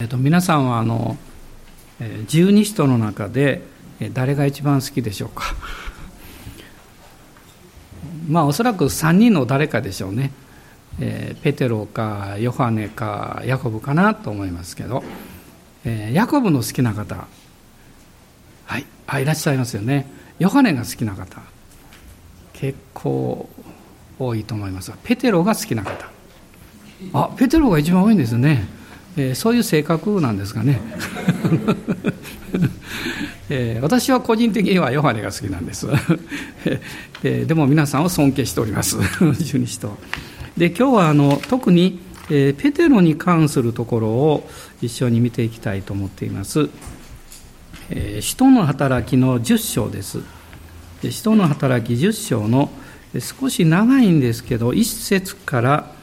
皆さんは十二使徒の中で誰が一番好きでしょうか。おそらく3人の誰かでしょうね。ペテロかヨハネかヤコブかなと思いますけど、ヤコブの好きな方、いらっしゃいますよね。ヨハネが好きな方結構多いと思いますが、ペテロが好きな方、ペテロが一番多いんですね。そういう性格なんですかね。私は個人的にはヨハネが好きなんです。でも皆さんを尊敬しております。十二使徒で、今日は特にペテロに関するところを一緒に見ていきたいと思っています。使徒の働きの10章です。使徒の働き10章の少し長いんですけど、1節から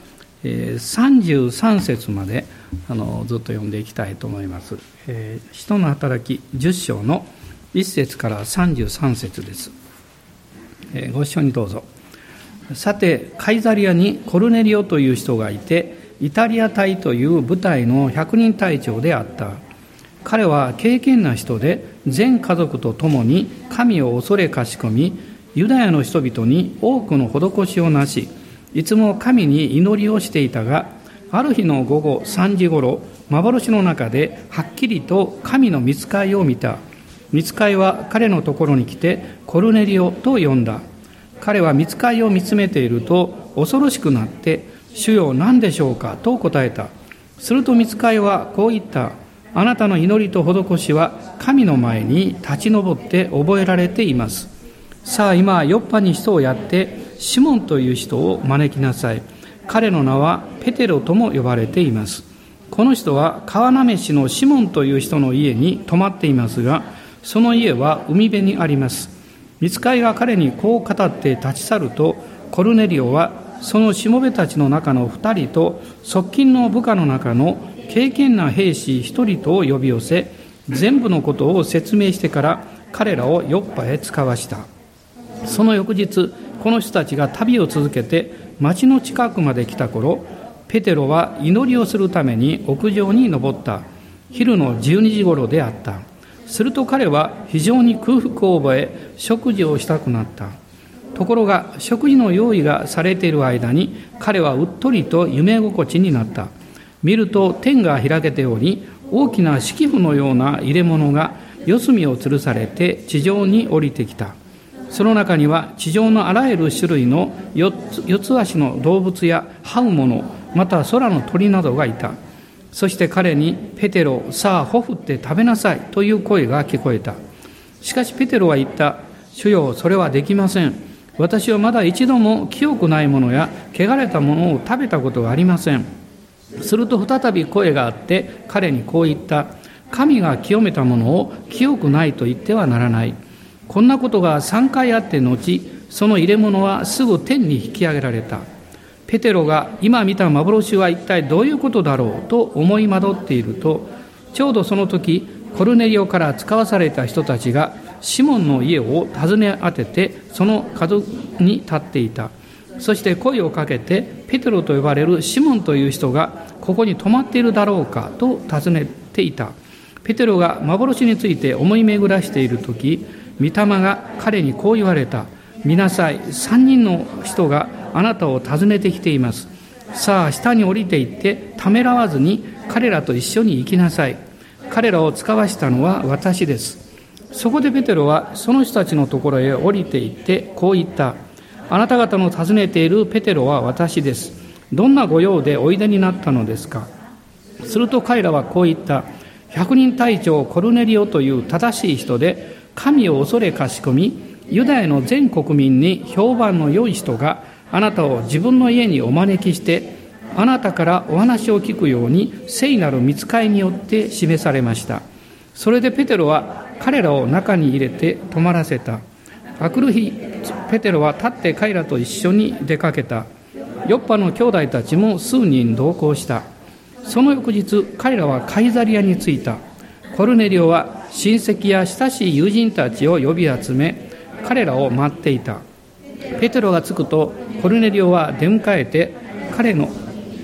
33節までずっと読んでいきたいと思います。使徒の働き10章の1節から33節です。ご一緒にどうぞ。さて、カイザリアにコルネリオという人がいて、イタリア隊という部隊の100人隊長であった。彼は敬虔な人で、全家族と共に神を恐れかしこみ、ユダヤの人々に多くの施しをなし、いつも神に祈りをしていたが、ある日の午後3時ごろ、幻の中ではっきりと神の御使いを見た。御使いは彼のところに来て、コルネリオと呼んだ。彼は御使いを見つめていると恐ろしくなって、主よ、何でしょうかと答えた。すると御使いはこう言った。あなたの祈りと施しは神の前に立ち上って覚えられています。さあ今ヨッパに人をやってシモンという人を招きなさい。彼の名はペテロとも呼ばれています。この人は川なめしのシモンという人の家に泊まっていますが、その家は海辺にあります。御使いが彼にこう語って立ち去ると、コルネリオはそのしもべたちの中の2人と側近の部下の中の敬虔な兵士1人とを呼び寄せ、全部のことを説明してから彼らをヨッパへ使わした。その翌日、この人たちが旅を続けて町の近くまで来た頃、ペテロは祈りをするために屋上に登った。昼の12時頃であった。すると彼は非常に空腹を覚え、食事をしたくなった。ところが食事の用意がされている間に、彼はうっとりと夢心地になった。見ると天が開けており、大きな敷布のような入れ物が四隅を吊るされて地上に降りてきた。その中には地上のあらゆる種類の四つ足の動物や這うもの、また空の鳥などがいた。そして彼に、ペテロ、さあほふって食べなさいという声が聞こえた。しかしペテロは言った。主よ、それはできません。私はまだ一度も清くないものや汚れたものを食べたことがありません。すると再び声があって彼にこう言った。神が清めたものを清くないと言ってはならない。こんなことが3回あって後、その入れ物はすぐ天に引き上げられた。ペテロが今見た幻は一体どういうことだろうと思い惑っていると、ちょうどその時、コルネリオから使わされた人たちがシモンの家を訪ね当てて、その角に立っていた。そして声をかけて、ペテロと呼ばれるシモンという人がここに泊まっているだろうかと尋ねていた。ペテロが幻について思い巡らしているとき、御霊が彼にこう言われた。見なさい、3人の人があなたを訪ねてきています。さあ下に降りて行ってためらわずに彼らと一緒に行きなさい。彼らを使わしたのは私です。そこでペテロはその人たちのところへ降りて行ってこう言った。あなた方の訪ねているペテロは私です。どんなご用でおいでになったのですか。すると彼らはこう言った。100人隊長コルネリオという正しい人で、神を恐れかしこみ、ユダヤの全国民に評判の良い人があなたを自分の家にお招きして、あなたからお話を聞くように聖なる御使いによって示されました。それでペテロは彼らを中に入れて泊まらせた。あくる日、ペテロは立って彼らと一緒に出かけた。ヨッパの兄弟たちも数人同行した。その翌日、彼らはカイザリアに着いた。コルネリオは親戚や親しい友人たちを呼び集め、彼らを待っていた。ペテロが着くと、コルネリオは出迎えて彼の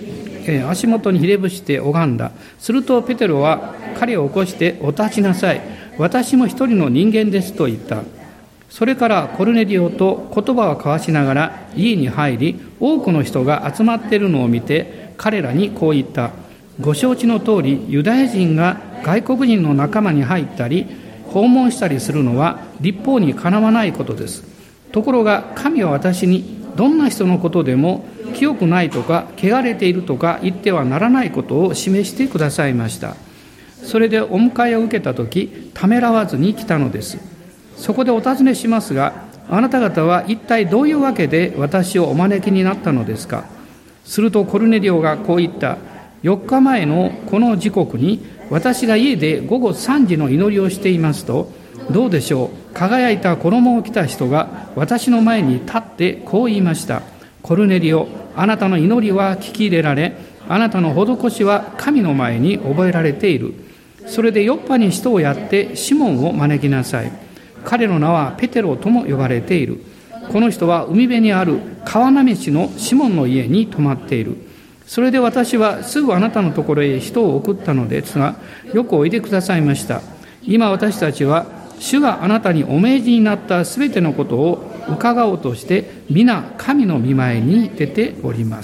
足元にひれ伏して拝んだ。するとペテロは彼を起こして、お立ちなさい、私も一人の人間ですと言った。それからコルネリオと言葉を交わしながら家に入り、多くの人が集まっているのを見て彼らにこう言った。ご承知の通り、ユダヤ人が外国人の仲間に入ったり訪問したりするのは律法にかなわないことです。ところが神は私に、どんな人のことでも清くないとか汚れているとか言ってはならないことを示してくださいました。それでお迎えを受けたとき、ためらわずに来たのです。そこでお尋ねしますが、あなた方は一体どういうわけで私をお招きになったのですか。するとコルネリオがこう言った。4日前のこの時刻に私が家で午後3時の祈りをしていますと、どうでしょう、輝いた衣を着た人が私の前に立ってこう言いました。コルネリオ、あなたの祈りは聞き入れられ、あなたの施しは神の前に覚えられている。それでヨッパに使徒をやってシモンを招きなさい。彼の名はペテロとも呼ばれている。この人は海辺にある川波市のシモンの家に泊まっている。それで私はすぐあなたのところへ人を送ったのですが、よくおいでくださいました。今私たちは主があなたにお命じになったすべてのことを伺おうとして皆神の御前に出ております。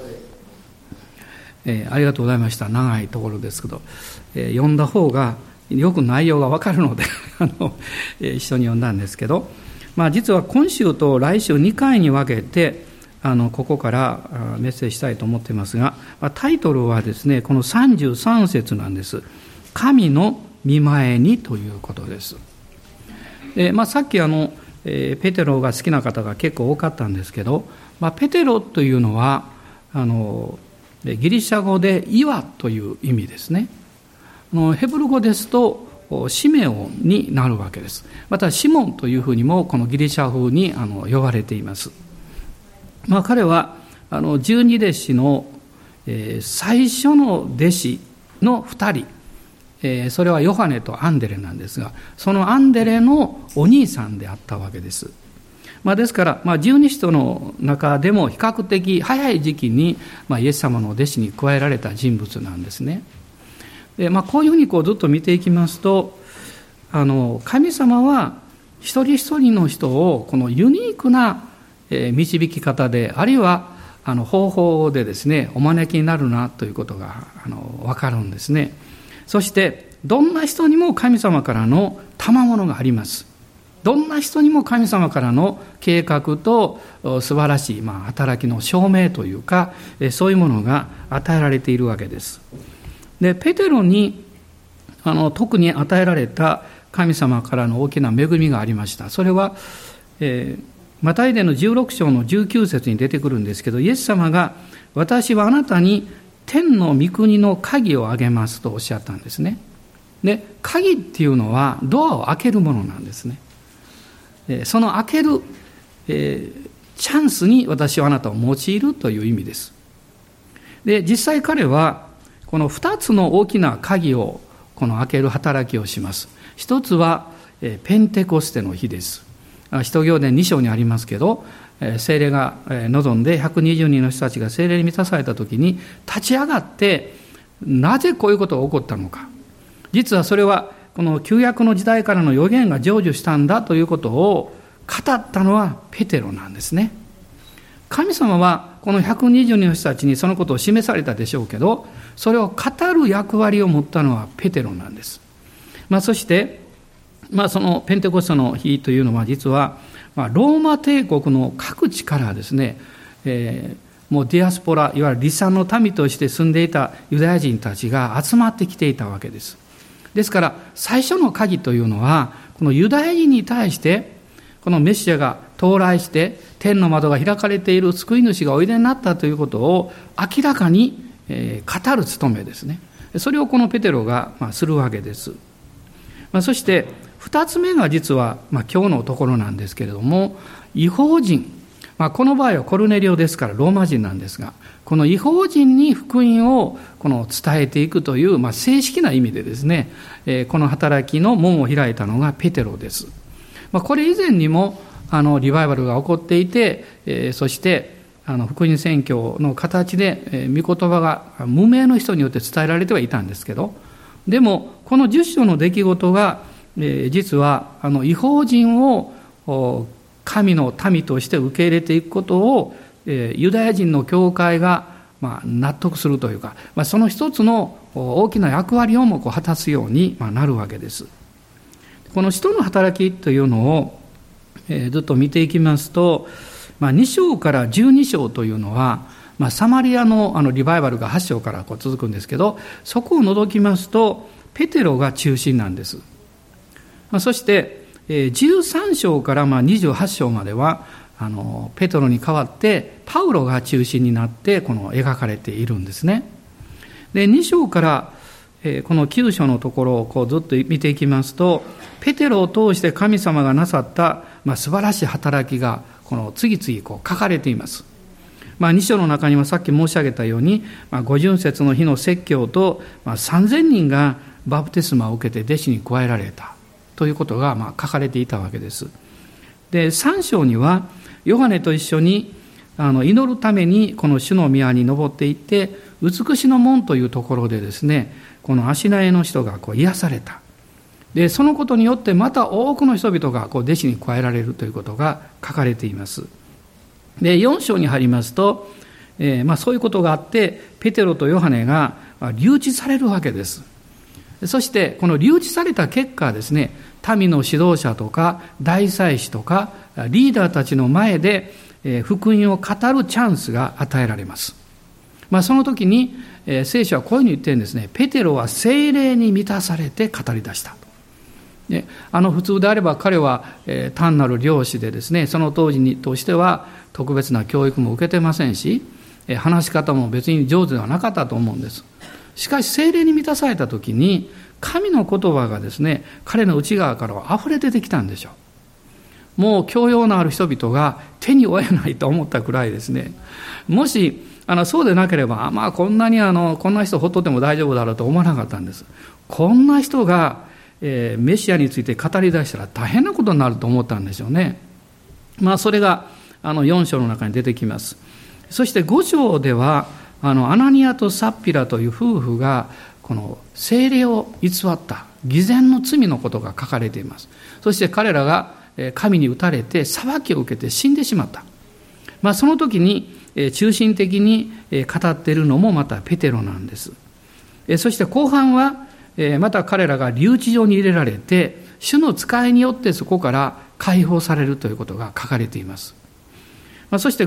ありがとうございました。長いところですけど、読んだ方がよく内容が分かるので一緒に読んだんですけど、実は今週と来週2回に分けてここからメッセージしたいと思っていますが、タイトルはですね、この33節なんです。神の御前にということです。さっきペテロが好きな方が結構多かったんですけど、ペテロというのはギリシャ語で岩という意味ですね。ヘブル語ですとシメオンになるわけです。またシモンというふうにもこのギリシャ風に呼ばれています。彼は十二弟子の最初の弟子の2人、それはヨハネとアンデレなんですが、そのアンデレのお兄さんであったわけです。ですから、十二使徒の中でも比較的早い時期に、イエス様の弟子に加えられた人物なんですね。でこういうふうにずっと見ていきますと、神様は一人一人の人をこのユニークな導き方で、あるいは方法でですね、お招きになるなということが分かるんですね。そしてどんな人にも神様からの賜物があります。どんな人にも神様からの計画と素晴らしい働きの証明というか、そういうものが与えられているわけです。でペテロに特に与えられた神様からの大きな恵みがありました。それは、マタイ伝の16章の19節に出てくるんですけど、イエス様が私はあなたに天の御国の鍵をあげますとおっしゃったんですね。で鍵っていうのはドアを開けるものなんですね。その開ける、チャンスに私はあなたを用いるという意味です。で実際彼はこの2つの大きな鍵を開ける働きをします。一つはペンテコステの日です。使徒行伝2章にありますけど、聖霊が望んで120人の人たちが聖霊に満たされた時に立ち上がって、なぜこういうことが起こったのか、実はそれはこの旧約の時代からの預言が成就したんだということを語ったのはペテロなんですね。神様はこの120人の人たちにそのことを示されたでしょうけど、それを語る役割を持ったのはペテロなんです。そしてそのペンテコステの日というのは実はローマ帝国の各地からですね、もうディアスポラ、いわゆる離散の民として住んでいたユダヤ人たちが集まってきていたわけです。ですから最初の鍵というのはこのユダヤ人に対してこのメシアが到来して天の窓が開かれている救い主がおいでになったということを明らかに語る務めですね。それをこのペテロがするわけです。そして二つ目が実は今日のところなんですけれども、異邦人、この場合はコルネリオですからローマ人なんですが、この異邦人に福音を伝えていくという正式な意味でですね、この働きの門を開いたのがペテロです。これ以前にもリバイバルが起こっていて、そして福音宣教の形で、御言葉が無名の人によって伝えられてはいたんですけど、でもこの10章の出来事が、実は異邦人を神の民として受け入れていくことを、ユダヤ人の教会が納得するというか、その一つの大きな役割をも果たすようになるわけです。この使徒の働きというのをずっと見ていきますと、2章から12章というのは、サマリアのリバイバルが8章から続くんですけど、そこを除きますとペテロが中心なんです。そして13章から28章まではペテロに代わってパウロが中心になって描かれているんですね。で2章からこの9章のところをずっと見ていきますと、ペテロを通して神様がなさった素晴らしい働きが次々書かれています。2章の中にはさっき申し上げたように、五旬節の日の説教と3000人がバプテスマを受けて弟子に加えられたということが書かれていたわけです。で3章にはヨハネと一緒に祈るためにこの主の宮に登っていって、美しの門というところでですね、この足苗の人が癒された。でそのことによってまた多くの人々が弟子に加えられるということが書かれています。で4章に入りますと、そういうことがあってペテロとヨハネが留置されるわけです。そしてこの留置された結果ですね、民の指導者とか大祭司とかリーダーたちの前で福音を語るチャンスが与えられます。その時に聖書はこういうふうに言ってるんですね。ペテロは聖霊に満たされて語り出した。で普通であれば彼は単なる漁師でですね、その当時としては特別な教育も受けてませんし、話し方も別に上手ではなかったと思うんです。しかし聖霊に満たされた時に神の言葉がですね、彼の内側からは溢れ出てきたんでしょう。もう教養のある人々が手に負えないと思ったくらいですね。もしそうでなければ、こんなにこんな人ほっとっても大丈夫だろうと思わなかったんです。こんな人がメシアについて語り出したら大変なことになると思ったんでしょうね。それが4章の中に出てきます。そして5章ではアナニアとサッピラという夫婦がこの聖霊を偽った偽善の罪のことが書かれています。そして彼らが神に打たれて裁きを受けて死んでしまった。その時に中心的に語っているのもまたペテロなんです。そして後半はまた彼らが留置場に入れられて、主の使いによってそこから解放されるということが書かれています。そして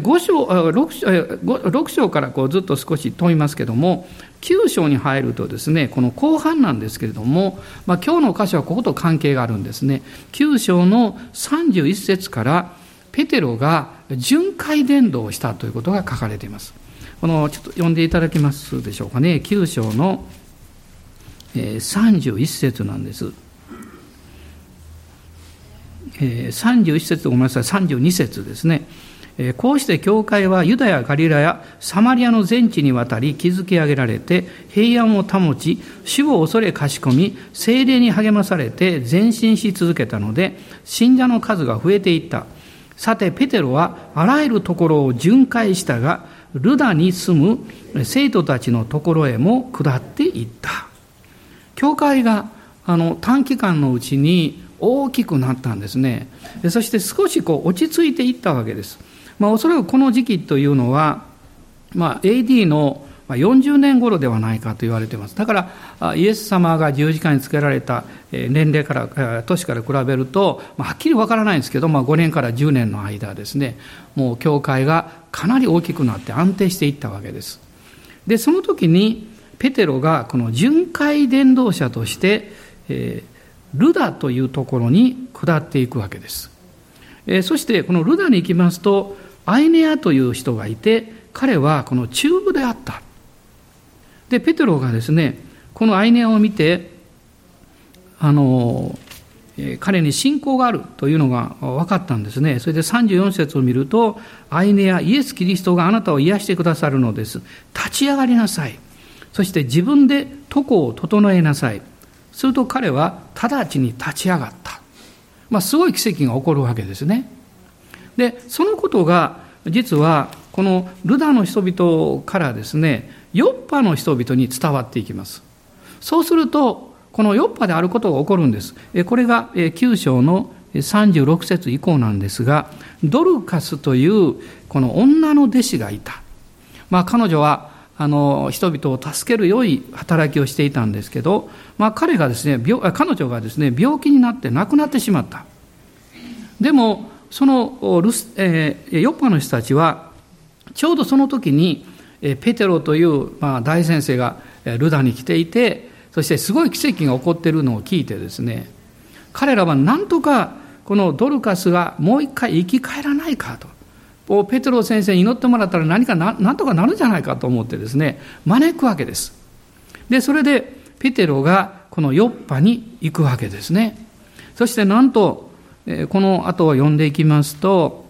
6章からずっと少し問いますけども、9章に入るとですね、この後半なんですけれども、今日の箇所はここと関係があるんですね。9章の31節からペテロが巡回伝道をしたということが書かれています。ちょっと読んでいただけますでしょうかね。9章の31節なんです。31節ごめんなさい、32節ですね。こうして教会はユダヤ、ガリラヤ、サマリアの全地にわたり築き上げられて、平安を保ち、主を恐れかしこみ、聖霊に励まされて前進し続けたので、信者の数が増えていった。さて、ペテロはあらゆるところを巡回したが、ルダに住む生徒たちのところへも下っていった。教会が短期間のうちに大きくなったんですね。そして少し落ち着いていったわけです。おそらくこの時期というのは、AD の40年頃ではないかと言われています。だからイエス様が十字架につけられた年齢から年から比べるとはっきりわからないんですけど、5年から10年の間ですね、もう教会がかなり大きくなって安定していったわけです。でその時にペテロがこの巡回伝道者としてルダというところに下っていくわけです。そしてこのルダに行きますとアイネアという人がいて、彼はこの中部であった。でペテロがですね、このアイネアを見て彼に信仰があるというのが分かったんですね。それで34節を見ると、アイネア、イエス・キリストがあなたを癒してくださるのです。立ち上がりなさい。そして自分で床を整えなさい。すると彼は直ちに立ち上がった。すごい奇跡が起こるわけですね。でそのことが実はこのルダの人々からですね、ヨッパの人々に伝わっていきます。そうすると、このヨッパであることが起こるんです。これが9章の36節以降なんですが、ドルカスというこの女の弟子がいた。彼女は人々を助ける良い働きをしていたんですけど、彼がですね、彼女がですね、病気になって亡くなってしまった。でもそのヨッパの人たちはちょうどその時にペテロという大先生がルダに来ていて、そしてすごい奇跡が起こっているのを聞いてですね、彼らは何とかこのドルカスがもう一回生き返らないかと、ペテロ先生に祈ってもらったら何とかなるんじゃないかと思ってですね、招くわけです。でそれでペテロがこのヨッパに行くわけですね。そしてなんとこの後を読んでいきますと、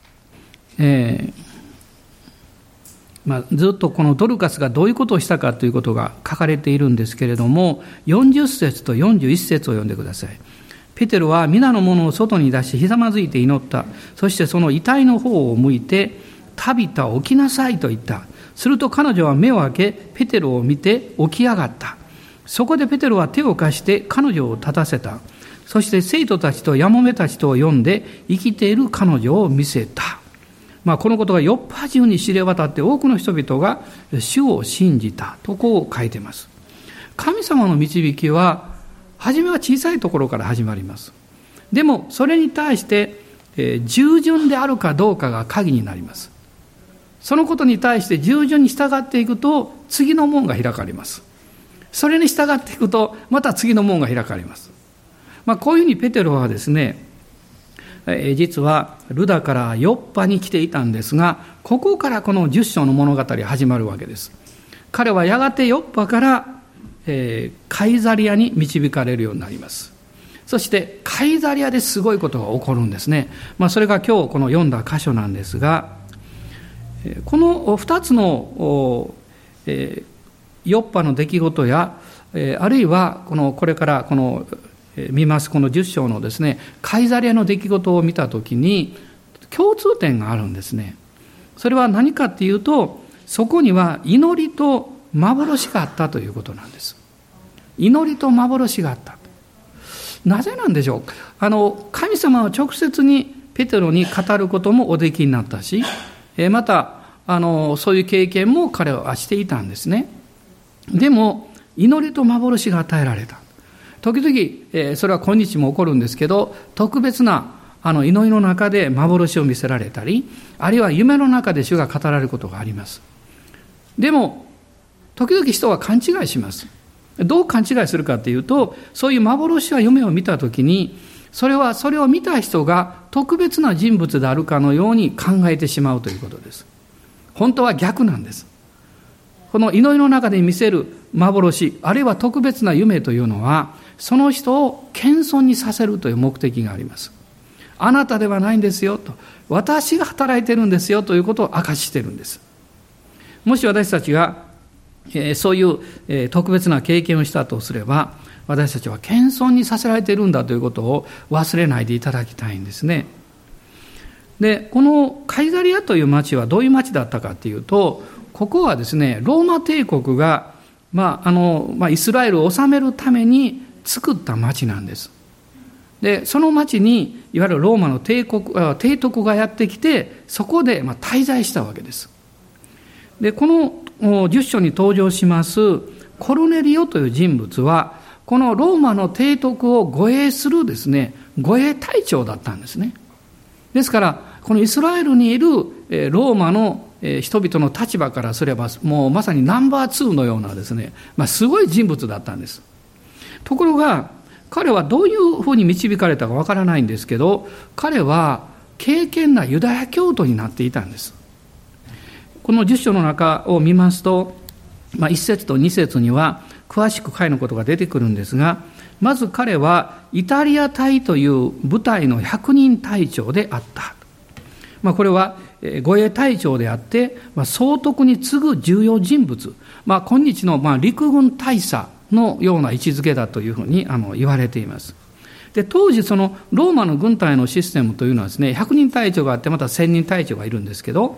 ずっとこのドルカスがどういうことをしたかということが書かれているんですけれども、40節と41節を読んでください。ペテロは皆の者を外に出しひざまずいて祈った。そしてその遺体の方を向いて、タビタ起きなさいと言った。すると彼女は目を開け、ペテロを見て起き上がった。そこでペテロは手を貸して彼女を立たせた。そして生徒たちとやもめたちとを呼んで生きている彼女を見せた。このことがヨッパ中に知れ渡って多くの人々が主を信じたとこう書いています。神様の導きは初めは小さいところから始まります。でもそれに対して従順であるかどうかが鍵になります。そのことに対して従順に従っていくと次の門が開かれます。それに従っていくとまた次の門が開かれます。こういうふうにペテロはですね、実はルダからヨッパに来ていたんですが、ここからこの10章の物語が始まるわけです。彼はやがてヨッパからカイザリアに導かれるようになります。そしてカイザリアですごいことが起こるんですね。それが今日この読んだ箇所なんですが、この2つのヨッパの出来事や、あるいはこれから見ますこの10章のですね、カイザリアの出来事を見たときに共通点があるんですね。それは何かっていうと、そこには祈りと幻があったということなんです。祈りと幻があった。なぜなんでしょう。神様は直接にペテロに語ることもおできになったし、またそういう経験も彼はしていたんですね。でも祈りと幻が与えられた。時々、それは今日も起こるんですけど、特別な祈りの中で幻を見せられたり、あるいは夢の中で主が語られることがあります。でも時々人は勘違いします。どう勘違いするかというと、そういう幻や夢を見たときに、それを見た人が特別な人物であるかのように考えてしまうということです。本当は逆なんです。この祈りの中で見せる幻、あるいは特別な夢というのは、その人を謙遜にさせるという目的があります。あなたではないんですよと、私が働いてるんですよということを明かしているんです。もし私たちがそういう特別な経験をしたとすれば、私たちは謙遜にさせられているんだということを忘れないでいただきたいんですね。で、このカイザリアという町はどういう町だったかというと、ここはですね、ローマ帝国が、イスラエルを治めるために作った町なんです。で、その町にいわゆるローマの提督がやってきて、そこで滞在したわけです。で、この10章に登場しますコルネリオという人物は、このローマの提督を護衛するですね、護衛隊長だったんですね。ですからこのイスラエルにいるローマの人々の立場からすれば、もうまさにナンバー2のようなですね、すごい人物だったんです。ところが彼はどういうふうに導かれたかわからないんですけど、彼は敬虔なユダヤ教徒になっていたんです。この10章の中を見ますと、1節と2節には詳しく彼のことが出てくるんですが、まず彼はイタリア隊という部隊の100人隊長であった。これは護衛隊長であって、総督に次ぐ重要人物、今日の陸軍大佐のような位置づけだというふうに言われています。で、当時そのローマの軍隊のシステムというのはですね、100人隊長があってまた1000人隊長がいるんですけど、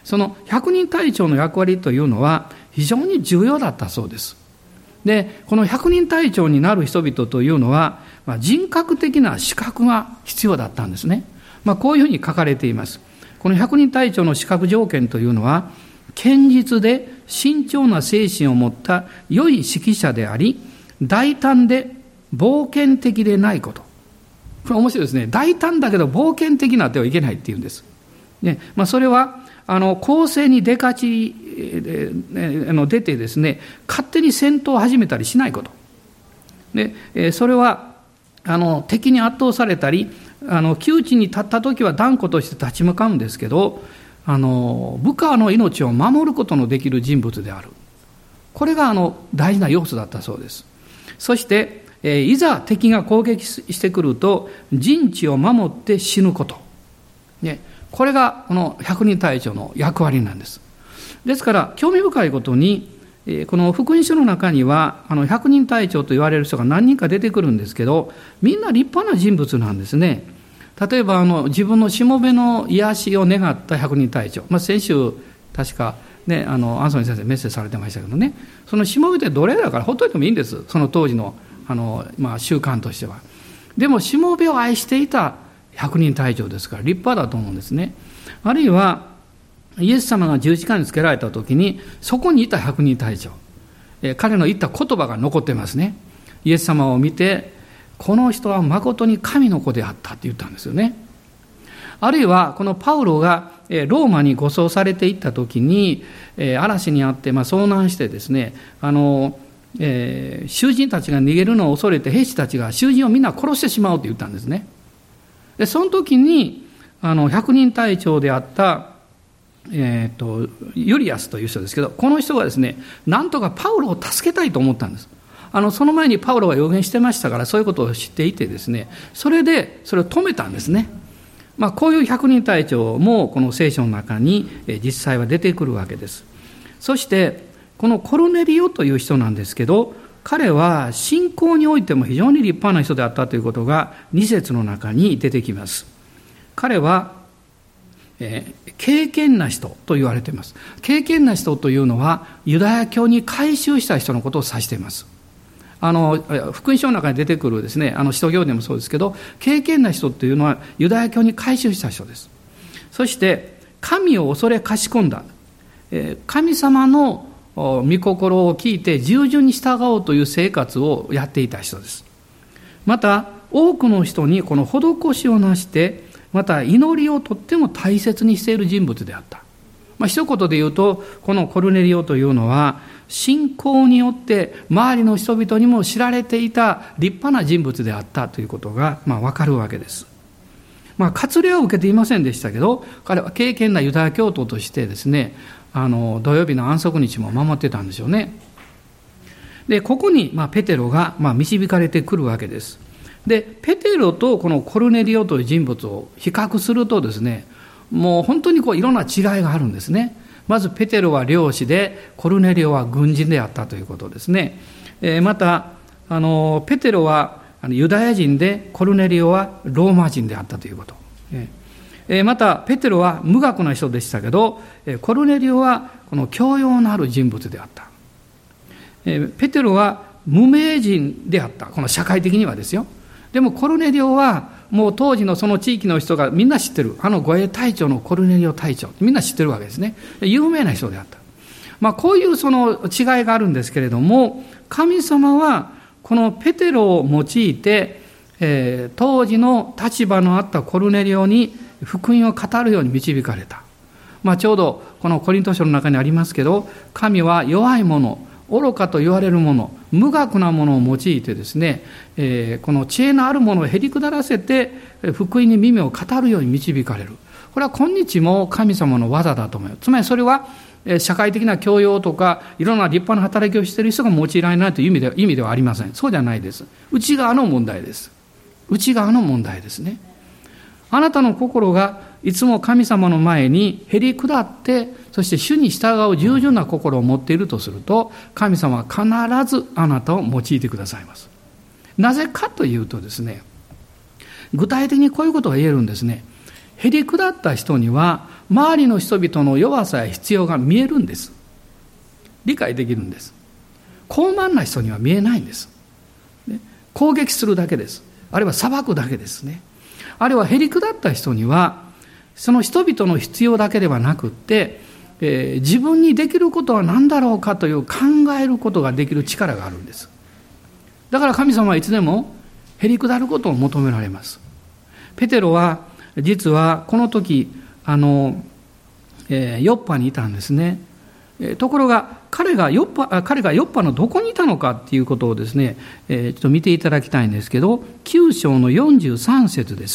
その百人隊長の役割というのは非常に重要だったそうです。で、この百人隊長になる人々というのは、人格的な資格が必要だったんですね。こういうふうに書かれています。この百人隊長の資格条件というのは、堅実で慎重な精神を持った良い指揮者であり、大胆で冒険的でないこと。これ面白いですね。大胆だけど冒険的なってはいけないっていうんです。ね、それは攻勢に出てですね、勝手に戦闘を始めたりしないこと。で、それは敵に圧倒されたり、窮地に立った時は断固として立ち向かうんですけど、部下の命を守ることのできる人物である。これが大事な要素だったそうです。そして、いざ敵が攻撃してくると陣地を守って死ぬこと。ね、これがこの百人隊長の役割なんです。ですから興味深いことに、この福音書の中には百人隊長と言われる人が何人か出てくるんですけど、みんな立派な人物なんですね。例えば自分のしもべの癒しを願った百人隊長、先週確かね、アンソニー先生メッセージされてましたけどね、そのしもべって奴隷だからほっといてもいいんです。その当時の習慣としては。でもしもべを愛していた百人隊長ですから立派だと思うんですね。あるいはイエス様が十字架につけられた時にそこにいた百人隊長、彼の言った言葉が残ってますね。イエス様を見て、この人は誠に神の子であったって言ったんですよね。あるいはこのパウロがローマに護送されていった時に嵐にあって遭難してですね、囚人たちが逃げるのを恐れて兵士たちが囚人をみんな殺してしまうと言ったんですね。でその時に百人隊長であったユリアスという人ですけど、この人がですね、なんとかパウロを助けたいと思ったんです。その前にパウロは予言してましたから、そういうことを知っていてですね、それでそれを止めたんですね。こういう百人隊長もこの聖書の中に実際は出てくるわけです。そしてこのコルネリオという人なんですけど、彼は信仰においても非常に立派な人であったということが2節の中に出てきます。彼は敬虔な人と言われています。敬虔な人というのはユダヤ教に改宗した人のことを指しています。福音書の中に出てくるですね、使徒行伝もそうですけど、敬虔な人というのはユダヤ教に改宗した人です。そして神を恐れかしこんだ、神様の御心を聞いて従順に従おうという生活をやっていた人です。また多くの人にこの施しをなして、また祈りをとっても大切にしている人物であった。一言で言うと、このコルネリオというのは信仰によって周りの人々にも知られていた立派な人物であったということが分かるわけです。割礼は受けていませんでしたけど、彼は敬虔なユダヤ教徒としてですね、土曜日の安息日も守ってたんですよね。でここにペテロが導かれてくるわけです。でペテロとこのコルネリオという人物を比較するとですね、もう本当にいろんな違いがあるんですね。まずペテロは漁師で、コルネリオは軍人であったということですね。またペテロはユダヤ人で、コルネリオはローマ人であったということ。またペテロは無学な人でしたけど、コルネリオはこの教養のある人物であった。ペテロは無名人であった。この社会的にはですよ。でもコルネリオはもう当時のその地域の人がみんな知ってる、護衛隊長のコルネリオ隊長、みんな知ってるわけですね。有名な人であった。こういうその違いがあるんですけれども、神様はこのペテロを用いて、当時の立場のあったコルネリオに福音を語るように導かれた。ちょうどこのコリント書の中にありますけど、神は弱い者、愚かと言われるもの、無学なものを用いてですね、この知恵のあるものをへりくだらせて福音に耳を語るように導かれる。これは今日も神様の技だと思います。つまりそれは社会的な教養とかいろんな立派な働きをしている人が用いられないという意味ではありません。そうじゃないです。内側の問題です。内側の問題ですね。あなたの心がいつも神様の前にへり下って、そして主に従う従順な心を持っているとすると、神様は必ずあなたを用いてくださいます。なぜかというとですね、具体的にこういうことが言えるんですね。 へりくだった人には周りの人々の弱さや必要が見えるんです。理解できるんです。高慢な人には見えないんです。攻撃するだけです。あるいは裁くだけですね。あるいはへりくだった人にはその人々の必要だけではなくって、自分にできることは何だろうかという考えることができる力があるんです。だから神様はいつでもへりくだることを求められます。ペテロは実はこの時ヨッパにいたんですね。ところが彼がヨッパのどこにいたのかっていうことをですね、ちょっと見ていただきたいんですけど、9章の43節です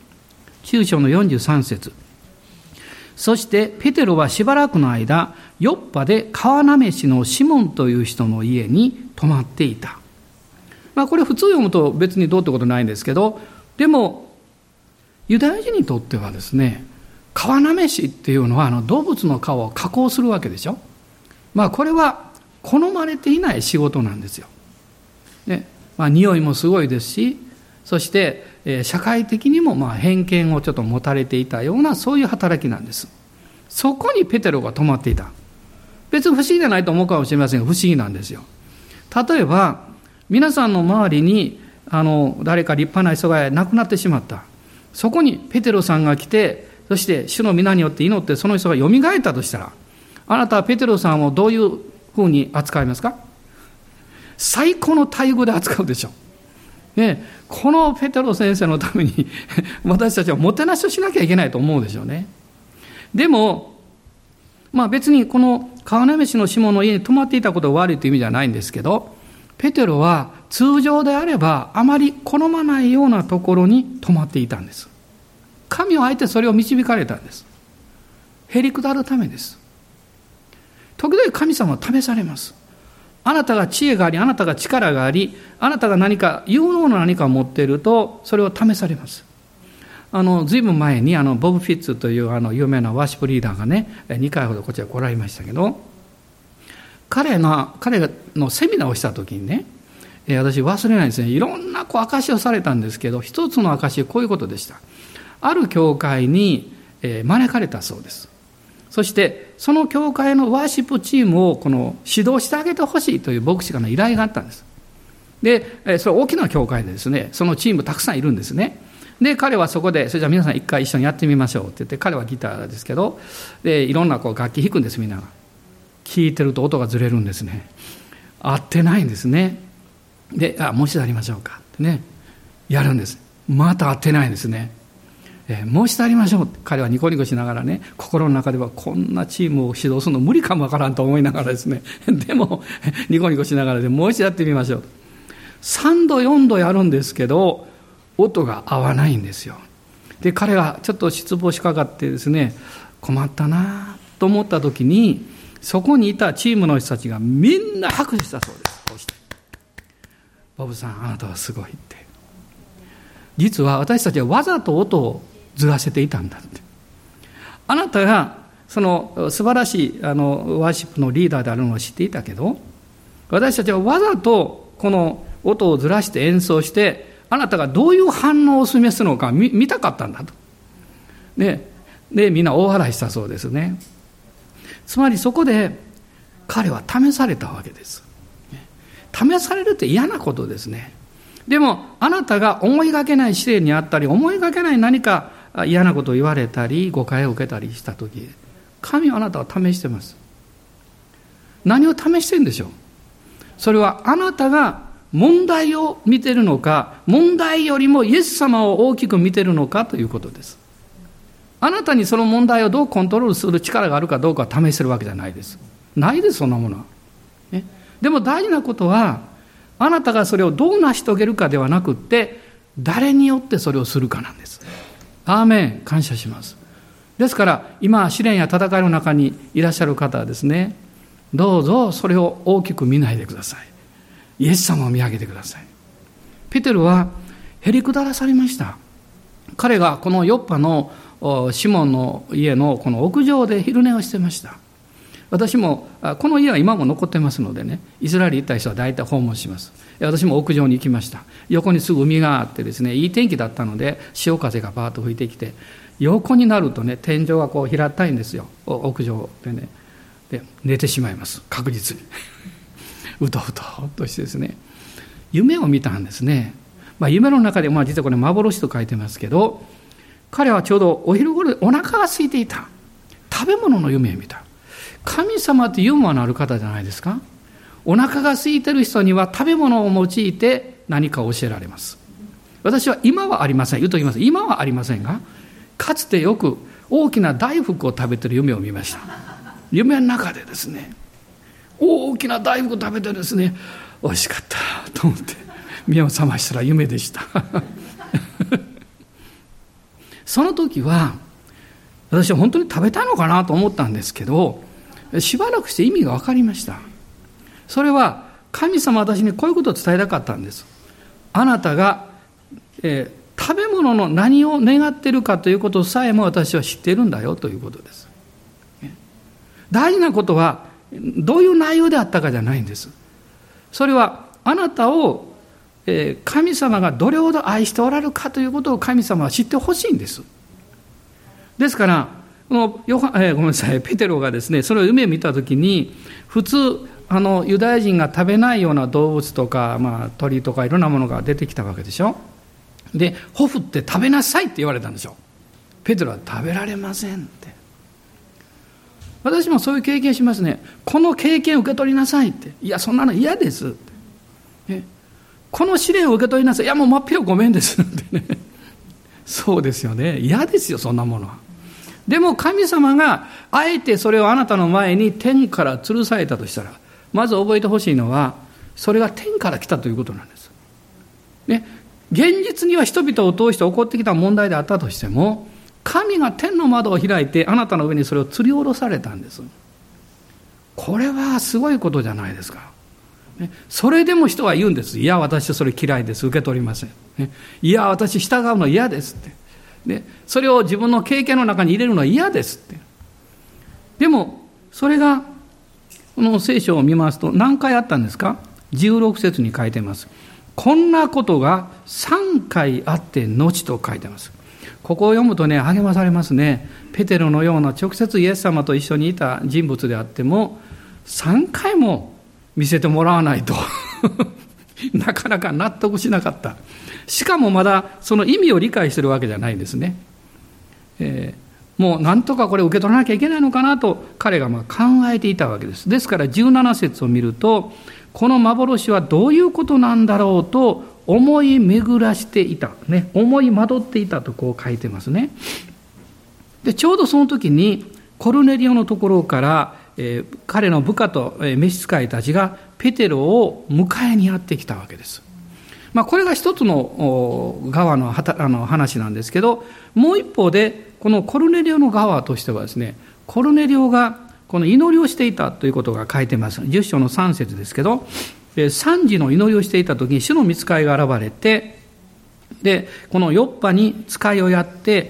。9章の43節。そしてペテロはしばらくの間ヨッパで川なめしのシモンという人の家に泊まっていた。これ普通読むと別にどうってことないんですけど、でもユダヤ人にとってはですね、川なめしっていうのは動物の皮を加工するわけでしょ。これは好まれていない仕事なんですよ。ね、匂いもすごいですし、そして社会的にも偏見をちょっと持たれていたようなそういう働きなんです。そこにペテロが泊まっていた。別に不思議じゃないと思うかもしれませんが、不思議なんですよ。例えば皆さんの周りに誰か立派な人が亡くなってしまった。そこにペテロさんが来て、そして主の皆によって祈ってその人がよみがえったとしたら、あなたはペテロさんをどういうふうに扱いますか？最高の待遇で扱うでしょう。ね、このペテロ先生のために私たちはもてなしをしなきゃいけないと思うでしょうね。でも、別にこの川なめしのシモンの家に泊まっていたことが悪いという意味じゃないんですけど、ペテロは通常であればあまり好まないようなところに泊まっていたんです。神をあえてそれを導かれたんです。へりくだるためです。時々神様は試されます。あなたが知恵があり、あなたが力があり、あなたが何か有能な何かを持っていると、それを試されます。ずいぶん前にボブ・フィッツという有名なワーシップリーダーがね、2回ほどこちら来られましたけど、彼のセミナーをした時にね、私忘れないですね、いろんな証しをされたんですけど、一つの証しはこういうことでした。ある教会に招かれたそうです。そしてその教会のワーシップチームを指導してあげてほしいという牧師からの依頼があったんです。で、それ大きな教会でですね、そのチームたくさんいるんですね。で、彼はそこで、それじゃあ皆さん一回一緒にやってみましょうって言って、彼はギターですけど、で、いろんな楽器弾くんです、みんなが。弾いてると音がずれるんですね。合ってないんですね。で、もう一度やりましょうかってね、やるんです。また合ってないんですね。もう一度やりましょうって彼はニコニコしながらね、心の中ではこんなチームを指導するの無理かもわからんと思いながらですね、でもニコニコしながらでもう一度やってみましょう。3度4度やるんですけど音が合わないんですよ。で、彼がちょっと失望しかかってですね、困ったなと思った時に、そこにいたチームの人たちがみんな拍手したそうです。こうして、ボブさんあなたはすごいって。実は私たちはわざと音をずらせていたんだって。あなたがその素晴らしいワーシップのリーダーであるのを知っていたけど、私たちはわざとこの音をずらして演奏して、あなたがどういう反応を示すのか 見たかったんだと。で、みんな大笑いしたそうですね。つまりそこで彼は試されたわけです。試されるって嫌なことですね。でもあなたが思いがけない試練にあったり、思いがけない何か嫌なことを言われたり誤解を受けたりしたとき、神はあなたを試してます。何を試してるんでしょう。それはあなたが問題を見てるのか、問題よりもイエス様を大きく見てるのかということです。あなたにその問題をどうコントロールする力があるかどうかを試してるわけじゃないです。ないです、そんなものは、ね。でも大事なことは、あなたがそれをどう成し遂げるかではなくって、誰によってそれをするかなんです。アーメン、感謝します。ですから今試練や戦いの中にいらっしゃる方はですね、どうぞそれを大きく見ないでください。イエス様を見上げてください。ペテロはへりくだらされました。彼がこのヨッパのシモンの家のこの屋上で昼寝をしてました。私もこの家は今も残ってますのでね、イスラエル行った人は大体訪問します。私も屋上に行きました。横にすぐ海があってですね、いい天気だったので潮風がバーッと吹いてきて、 横になるとね、天井がこう平たいんですよ、屋上でね。で寝てしまいます、確実にうとうとっとしてですね、夢を見たんですね。夢の中で、実はこれ幻と書いてますけど、彼はちょうどお昼頃でお腹が空いていた。食べ物の夢を見た。神様ってユーモアのある方じゃないですか。お腹が空いてる人には食べ物を用いて何かを教えられます。私は今はありません、言うときます。今はありませんが、かつてよく大きな大福を食べてる夢を見ました。夢の中でですね、大きな大福を食べてですね、美味しかったと思って目を覚ましたら夢でしたその時は私は本当に食べたいのかなと思ったんですけど、しばらくして意味が分かりました。それは神様は私にこういうことを伝えたかったんです。あなたが、食べ物の何を願っているかということさえも私は知っているんだよということです。大事なことはどういう内容であったかじゃないんです。それはあなたを神様がどれほど愛しておられるかということを神様は知ってほしいんです。ですからペテロがですね、それを夢を見たときに、普通ユダヤ人が食べないような動物とか、鳥とかいろんなものが出てきたわけでしょ。で、ほふって食べなさいって言われたんでしょ。ペテロは食べられませんって。私もそういう経験しますね。この経験を受け取りなさいって。いや、そんなの嫌ですって。この試練を受け取りなさい。いや、もう真っ平ごめんですってね。そうですよね。嫌ですよ、そんなものは。でも神様があえてそれをあなたの前に天から吊るされたとしたら、まず覚えてほしいのは、それが天から来たということなんです。ね、現実には人々を通して起こってきた問題であったとしても、神が天の窓を開いてあなたの上にそれを吊り下ろされたんです。これはすごいことじゃないですか。ね、それでも人は言うんです。いや、私はそれ嫌いです。受け取りません。ね、いや、私従うの嫌ですって。ね、それを自分の経験の中に入れるのは嫌ですって。でもそれがこの聖書を見ますと何回あったんですか。16節に書いてます。こんなことが3回あって後と書いてます。ここを読むとね、励まされますね。ペテロのような直接イエス様と一緒にいた人物であっても3回も見せてもらわないとなかなか納得しなかった。しかもまだその意味を理解しているわけじゃないんですね。もうなんとかこれ受け取らなきゃいけないのかなと彼が考えていたわけです。ですから17節を見ると、この幻はどういうことなんだろうと思い巡らしていた、ね、思い惑っていたとこう書いてますね。でちょうどその時にコルネリオのところから、彼の部下と召使いたちがペテロを迎えにやってきたわけです。これが一つの側の話なんですけど、もう一方でこのコルネリオの側としてはですね、コルネリオがこの祈りをしていたということが書いてます。10章の3節ですけど、3時の祈りをしていた時に主の御使いが現れて、でこのヨッパに使いをやって、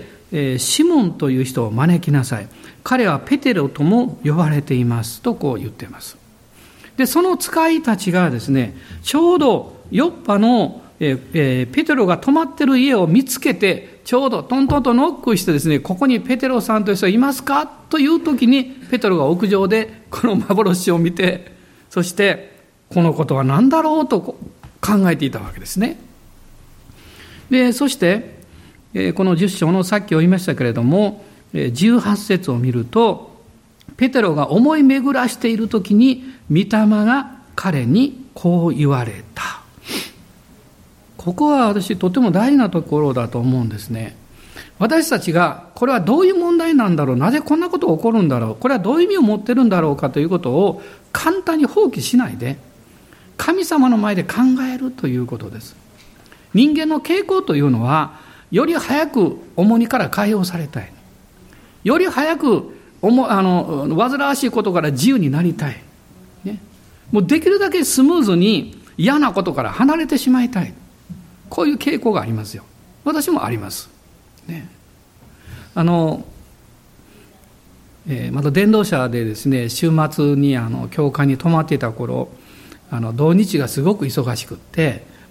シモンという人を招きなさい。彼はペテロとも呼ばれていますとこう言っています。でその使いたちがですね、ちょうどヨッパのペテロが泊まってる家を見つけて、ちょうどトントンとノックしてですね、ここにペテロさんという人はいますかという時に、ペテロが屋上でこの幻を見て、そしてこのことは何だろうと考えていたわけですね。でそしてこの10章のさっき言いましたけれども18節を見ると、ペテロが思い巡らしている時に御霊が彼にこう言われた。ここは私とても大事なところだと思うんですね。私たちがこれはどういう問題なんだろう、なぜこんなことが起こるんだろう、これはどういう意味を持ってるんだろうかということを簡単に放棄しないで、神様の前で考えるということです。人間の傾向というのは、より早く重荷から解放されたい、より早く煩わしいことから自由になりたい、ね、もうできるだけスムーズに嫌なことから離れてしまいたい、こういう傾向がありますよ。私もあります、ね。また伝道者でですね、週末に教会に泊まっていた頃、土日がすごく忙しくって、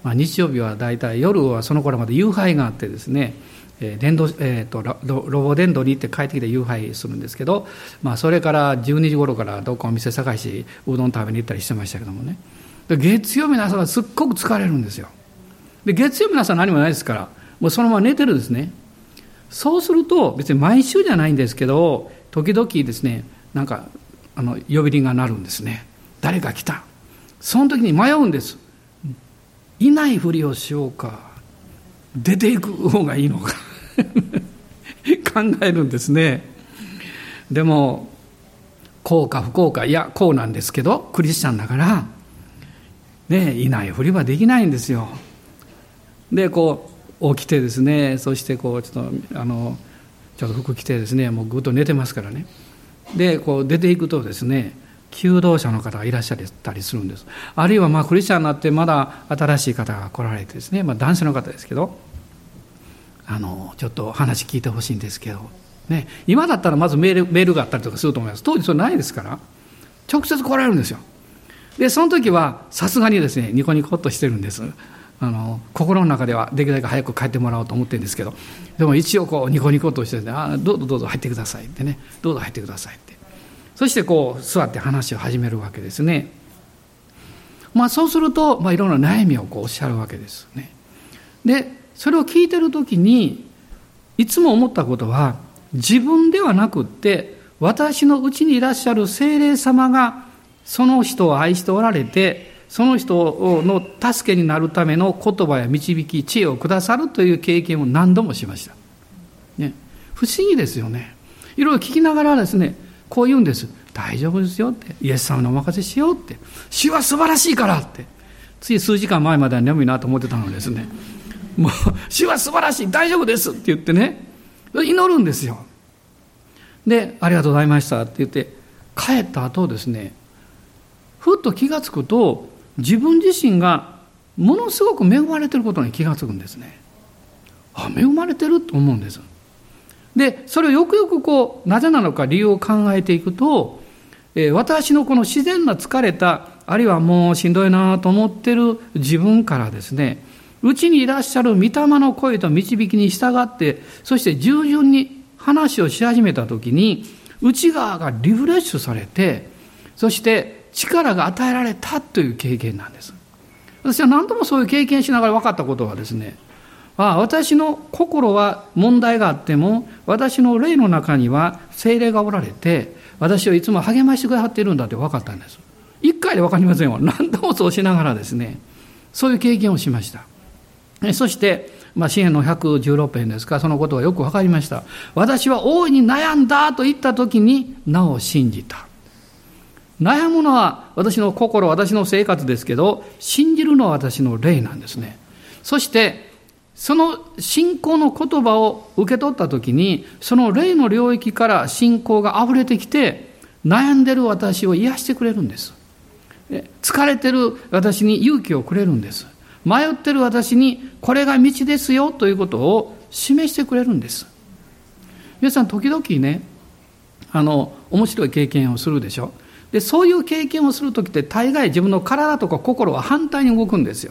日曜日はだいたい夜はその頃まで夕拝があってですね、ロボ伝道に行って帰ってきて夕拝するんですけど、それから12時頃からどっかお店探しうどん食べに行ったりしてましたけどもね。で月曜日の朝はすっごく疲れるんですよ。で月曜日の朝は何もないですから、もうそのまま寝てるんですね。そうすると別に毎週じゃないんですけど、時々ですね、なんか呼び鈴が鳴るんですね。誰か来た。その時に迷うんです。いないふりをしようか、出ていく方がいいのか考えるんですね。でもこうか不幸か、いやこうなんですけど、クリスチャンだからね、いないふりはできないんですよ。でこう起きてですね、そしてこうちょっと服着てですね、もうぐっと寝てますからね。でこう出ていくとですね、求道者の方がいらっしゃったりするんです。あるいはクリスチャンになってまだ新しい方が来られてですね、男性の方ですけど、ちょっと話聞いてほしいんですけど、ね、今だったらまずメールがあったりとかすると思います。当時それないですから直接来られるんですよ。でその時はさすがにですね、ニコニコっとしてるんです。心の中ではできるだけ早く帰ってもらおうと思ってるんですけど、でも一応こうニコニコっとしてですね、どうぞどうぞ入ってくださいってね、どうぞ入ってくださいって、そしてこう座って話を始めるわけですね。そうすると、いろんな悩みをこうおっしゃるわけですね。でそれを聞いてるときにいつも思ったことは、自分ではなくって私のうちにいらっしゃる聖霊様がその人を愛しておられて、その人の助けになるための言葉や導き、知恵をくださるという経験を何度もしました、ね、不思議ですよね。いろいろ聞きながらですね、こう言うんです。大丈夫ですよって、イエス様にお任せしようって、主は素晴らしいからって。つい数時間前までは眠いなと思ってたのですね、もう主は素晴らしい、大丈夫ですって言ってね、祈るんですよ。でありがとうございましたって言って帰った後ですね、ふっと気がつくと自分自身がものすごく恵まれていることに気がつくんですね。恵まれてると思うんです。でそれをよくよくなぜなのか理由を考えていくと、私のこの自然な疲れた、あるいはもうしんどいなと思っている自分からですね、うちにいらっしゃる御霊の声と導きに従って、そして従順に話をし始めたときに、内側がリフレッシュされて、そして力が与えられたという経験なんです。私は何度もそういう経験しながら分かったことはですね、私の心は問題があっても、私の霊の中には聖霊がおられて、私をいつも励ましてくださっているんだって分かったんです。一回で分かりませんよ。何度もそうしながらですね、そういう経験をしました。そして詩篇の116編ですか、そのことがよく分かりました。私は大いに悩んだと言った時になお信じた。悩むのは私の心、私の生活ですけど、信じるのは私の霊なんですね。そしてその信仰の言葉を受け取った時に、その霊の領域から信仰があふれてきて、悩んでる私を癒してくれるんです。疲れてる私に勇気をくれるんです。迷ってる私にこれが道ですよということを示してくれるんです。皆さん時々ね、面白い経験をするでしょ。でそういう経験をするときって大概自分の体とか心は反対に動くんですよ。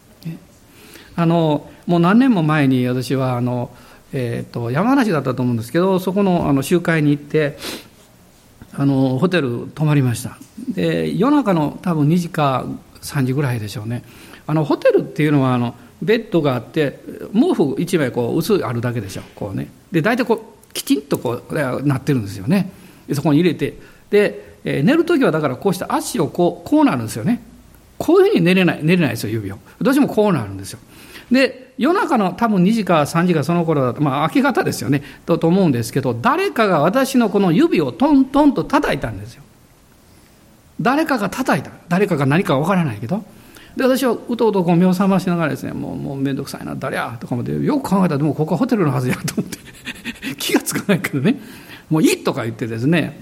もう何年も前に私は山梨だったと思うんですけど、そこの集会に行ってホテル泊まりました。で夜中の多分2時か3時ぐらいでしょうね。ホテルっていうのはベッドがあって毛布1枚薄いあるだけでしょ。で大体きちんとなってるんですよね。でそこに入れて、で寝るときはだからこうして足をこうなるんですよね。こういうふうに寝れないですよ、指を。どうしてもこうなるんですよ。で夜中の多分2時か3時かその頃だと、明け方ですよねと思うんですけど、誰かが私のこの指をトントンと叩いたんですよ。誰かが叩いた。誰かが何かわからないけど、で私はうとうと目を覚ましながらですね、もうめんどくさいな、誰やとか思って、よく考えたらでもここはホテルのはずやと思って気がつかないけどね、もういいとか言ってですね、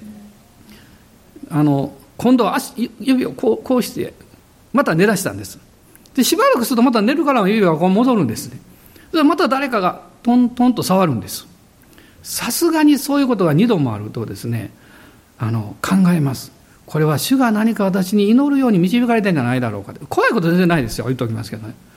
今度は指をこうしてまた寝出したんです。でしばらくするとまた寝るから指が戻るんですね。でまた誰かがトントンと触るんです。さすがにそういうことが2度もあるとですね、考えます。これは主が何か私に祈るように導かれてんじゃないだろうか。怖いこと全然ないですよ、言っておきますけどね。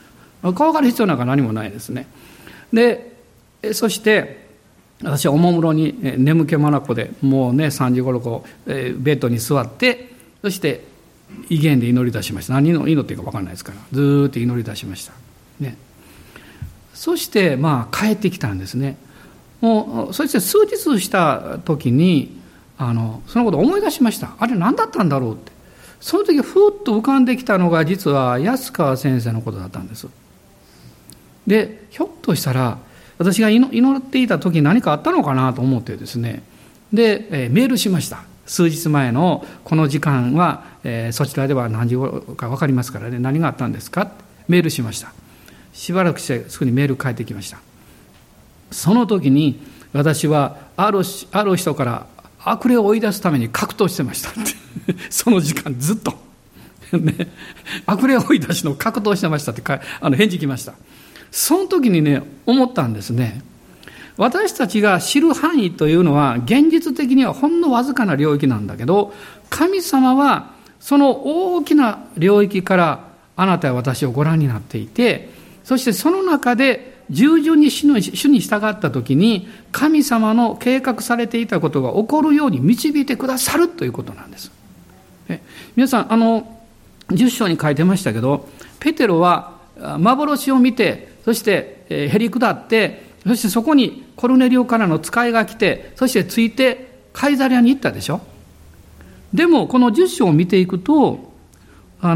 怖がる必要なんか何もないですね。でそして私はおもむろに眠気まなこでもうね3時頃ベッドに座って、そして威厳で祈り出しました。何の祈っていいか分からないですから、ずーっと祈り出しました、ね、そして帰ってきたんですね。もうそして数日した時にそのことを思い出しました。あれ何だったんだろうって。その時ふっと浮かんできたのが実は安川先生のことだったんです。でひょっとしたら私が祈っていた時に何かあったのかなと思ってですね、でメールしました。数日前のこの時間は、そちらでは何時頃か分かりますからね、何があったんですかってメールしました。しばらくしてすぐにメール返ってきました。その時に私はある人から悪霊を追い出すために格闘してましたってその時間ずっと、ね、悪霊を追い出しの格闘してましたって返事来ました。その時にね思ったんですね。私たちが知る範囲というのは現実的にはほんのわずかな領域なんだけど、神様はその大きな領域からあなたや私をご覧になっていて、そしてその中で従順に主に従ったときに神様の計画されていたことが起こるように導いてくださるということなんです。皆さん10章に書いてましたけど、ペテロは幻を見て、そしてへり下って、そしてそこにコルネリオからの使いが来て、そしてついてカイザリアに行ったでしょ。でもこの10章を見ていくとそ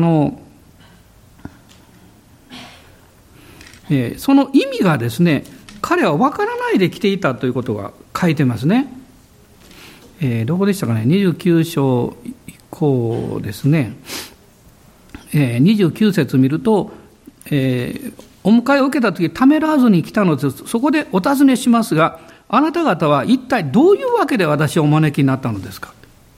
の意味がですね、彼は分からないで来ていたということが書いてますね。どこでしたかね、29章以降ですね、29節見ると、お迎えを受けたときためらわずに来たのです。そこでお尋ねしますが、あなた方は一体どういうわけで私をお招きになったのですか。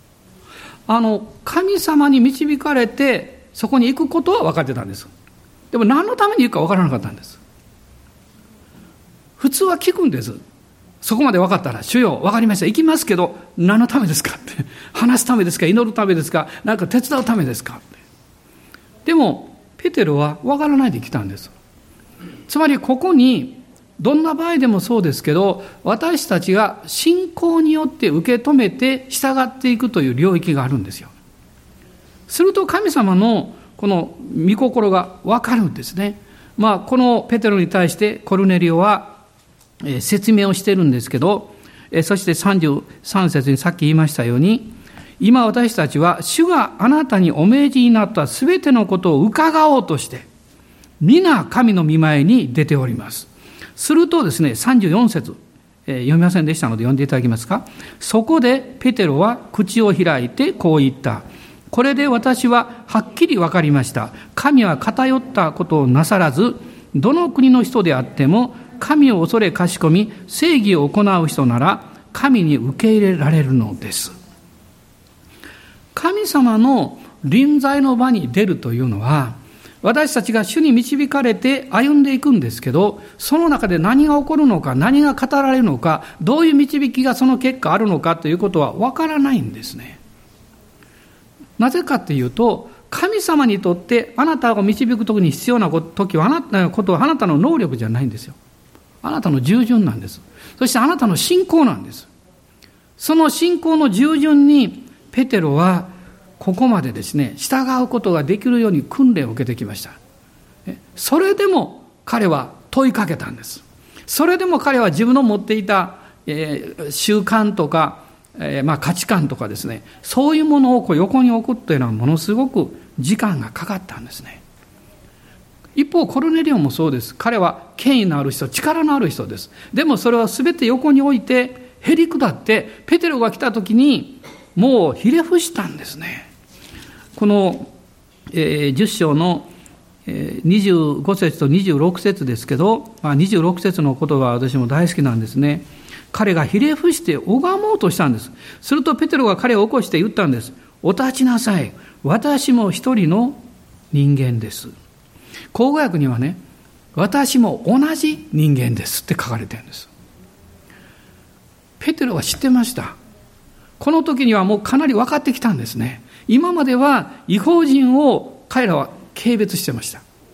神様に導かれてそこに行くことは分かってたんです。でも何のために行くか分からなかったんです。普通は聞くんです。そこまで分かったら、主よ分かりました、行きますけど何のためですかって、話すためですか、祈るためですか、何か手伝うためですかって。でもペテロは分からないで来たんです。つまりここにどんな場合でもそうですけど、私たちが信仰によって受け止めて従っていくという領域があるんですよ。すると神様のこの御心が分かるんですね。このペテロに対してコルネリオは説明をしているんですけど、そして33節にさっき言いましたように、今私たちは主があなたにお命じになったすべてのことを伺おうとして皆神の御前に出ております。するとですね、34節、読みませんでしたので読んでいただけますか。そこでペテロは口を開いてこう言った。これで私ははっきり分かりました。神は偏ったことをなさらず、どの国の人であっても神を恐れかしこみ正義を行う人なら神に受け入れられるのです。神様の臨在の場に出るというのは、私たちが主に導かれて歩んでいくんですけど、その中で何が起こるのか、何が語られるのか、どういう導きがその結果あるのかということは分からないんですね。なぜかというと、神様にとってあなたを導くときに必要な時はあなたの能力じゃないんですよ。あなたの従順なんです。そしてあなたの信仰なんです。その信仰の従順にペテロはここまでですね、従うことができるように訓練を受けてきました。それでも彼は問いかけたんです。それでも彼は自分の持っていた、習慣とか、価値観とかですね、そういうものを横に置くというのはものすごく時間がかかったんですね。一方コルネリオもそうです。彼は権威のある人、力のある人です。でもそれは全て横に置いてへり下って、ペテロが来た時にもうひれ伏したんですね。この10章の25節と26節ですけど、26節の言葉は私も大好きなんですね。彼がひれ伏して拝もうとしたんです。するとペテロが彼を起こして言ったんです。お立ちなさい。私も一人の人間です。口語訳にはね、私も同じ人間ですって書かれてるんです。ペテロは知ってました。この時にはもうかなり分かってきたんですね。今までは異邦人を彼らは軽蔑してました。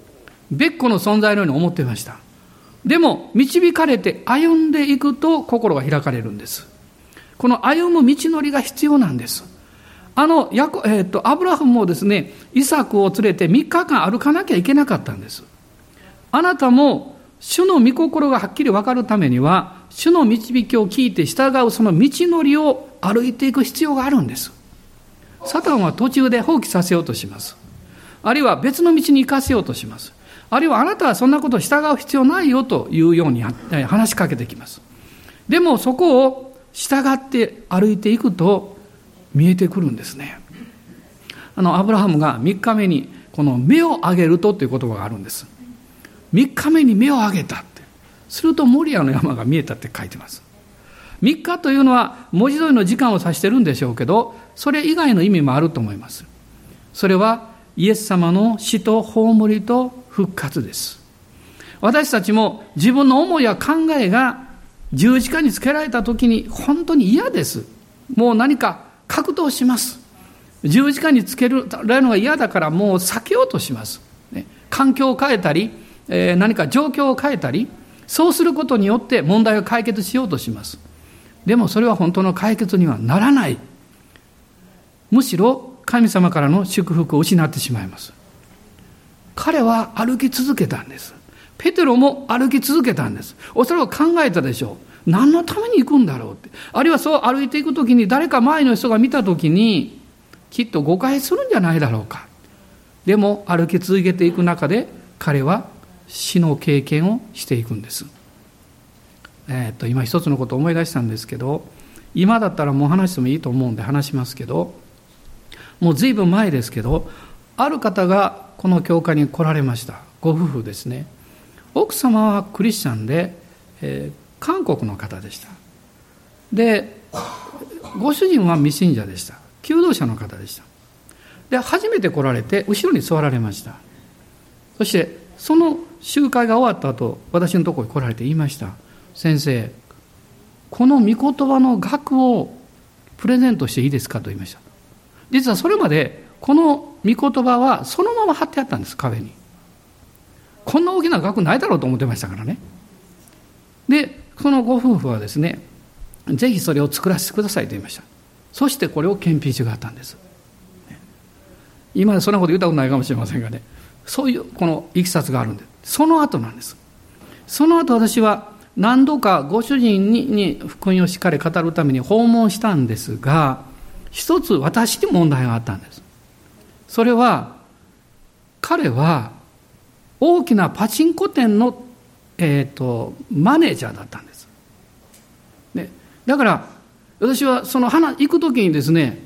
別個の存在のように思っていました。でも導かれて歩んでいくと心が開かれるんです。この歩む道のりが必要なんです。アブラハムもですね、イサクを連れて3日間歩かなきゃいけなかったんです。あなたも主の御心がはっきり分かるためには、主の導きを聞いて従うその道のりを歩いていく必要があるんです。サタンは途中で放棄させようとします。あるいは別の道に行かせようとします。あるいはあなたはそんなことを従う必要ないよというように話しかけてきます。でもそこを従って歩いていくと見えてくるんですね。アブラハムが3日目にこの目を上げるとという言葉があるんです。3日目に目を上げたって。するとモリアの山が見えたって書いてます。3日というのは文字通りの時間を指してるんでしょうけど、それ以外の意味もあると思います。それはイエス様の死と葬りと復活です。私たちも自分の思いや考えが十字架につけられた時に本当に嫌です。もう何か格闘します。十字架につけられるのが嫌だからもう避けようとします。環境を変えたり、何か状況を変えたり、そうすることによって問題を解決しようとします。でもそれは本当の解決にはならない。むしろ神様からの祝福を失ってしまいます。彼は歩き続けたんです。ペテロも歩き続けたんです。おそらく考えたでしょう。何のために行くんだろうって。あるいはそう歩いていくときに誰か前の人が見たときにきっと誤解するんじゃないだろうか。でも歩き続けていく中で彼は死の経験をしていくんです。今一つのことを思い出したんですけど、今だったらもう話してもいいと思うんで話しますけど、もう随分前ですけど、ある方がこの教会に来られました。ご夫婦ですね。奥様はクリスチャンで、韓国の方でした。で、ご主人は未信者でした。求道者の方でした。で、初めて来られて後ろに座られました。そしてその集会が終わった後、私のところに来られて言いました。先生、この御言葉の額をプレゼントしていいですかと言いました。実はそれまでこの御言葉はそのまま貼ってあったんです、壁に。こんな大きな額ないだろうと思ってましたからね。で、そのご夫婦はですね、ぜひそれを作らせてくださいと言いました。そしてこれを検品してくださったんです。今までそんなこと言ったことないかもしれませんがね、そういうこのいきさつがあるんです。その後なんです。その後私は何度かご主人に福音をしっかり語るために訪問したんですが、一つ私に問題があったんです。それは彼は大きなパチンコ店の、マネージャーだったんです。ね、だから私はその行くときにですね、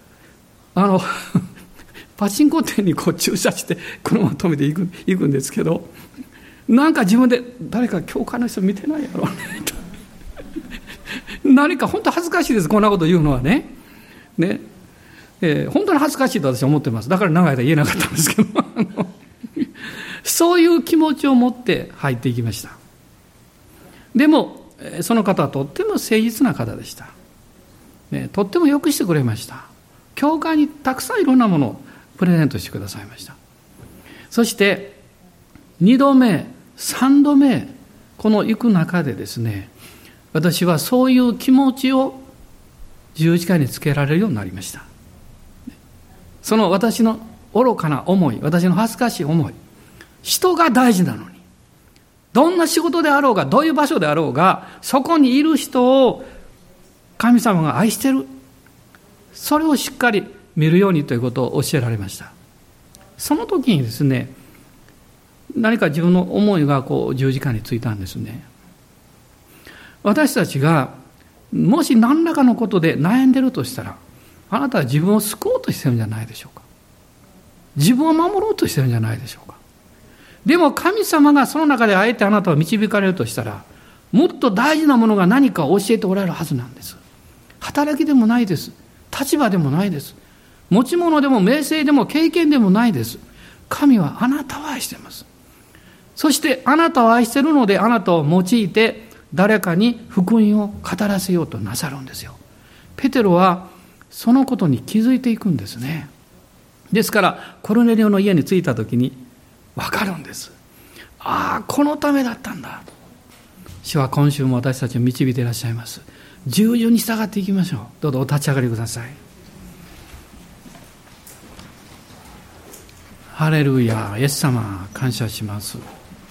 パチンコ店にこう駐車して車を止めて行くんですけど、なんか自分で誰か教会の人見てないやろうねと何か本当恥ずかしいです、こんなこと言うのはね。本当に恥ずかしいと私は思ってます。だから長い間言えなかったんですけどそういう気持ちを持って入っていきました。でもその方はとっても誠実な方でした、とってもよくしてくれました。教会にたくさんいろんなものをプレゼントしてくださいました。そして2度目3度目この行く中でですね、私はそういう気持ちを十字架につけられるようになりました。その私の愚かな思い、私の恥ずかしい思い、人が大事なのに、どんな仕事であろうがどういう場所であろうが、そこにいる人を神様が愛してる、それをしっかり見るようにということを教えられました。その時にですね、何か自分の思いがこう十字架についたんですね。私たちがもし何らかのことで悩んでるとしたら、あなたは自分を救おうとしてるんじゃないでしょうか。自分を守ろうとしてるんじゃないでしょうか。でも神様がその中であえてあなたを導かれるとしたら、もっと大事なものが何かを教えておられるはずなんです。働きでもないです。立場でもないです。持ち物でも名声でも経験でもないです。神はあなたを愛しています。そしてあなたを愛しているので、あなたを用いて誰かに福音を語らせようとなさるんですよ。ペテロはそのことに気づいていくんですね。ですからコルネリオの家に着いた時に分かるんです。 ああ、このためだったんだ。主は今週も私たちを導いていらっしゃいます。従順に従っていきましょう。どうぞお立ち上がりください。ハレルヤ、イエス様感謝します。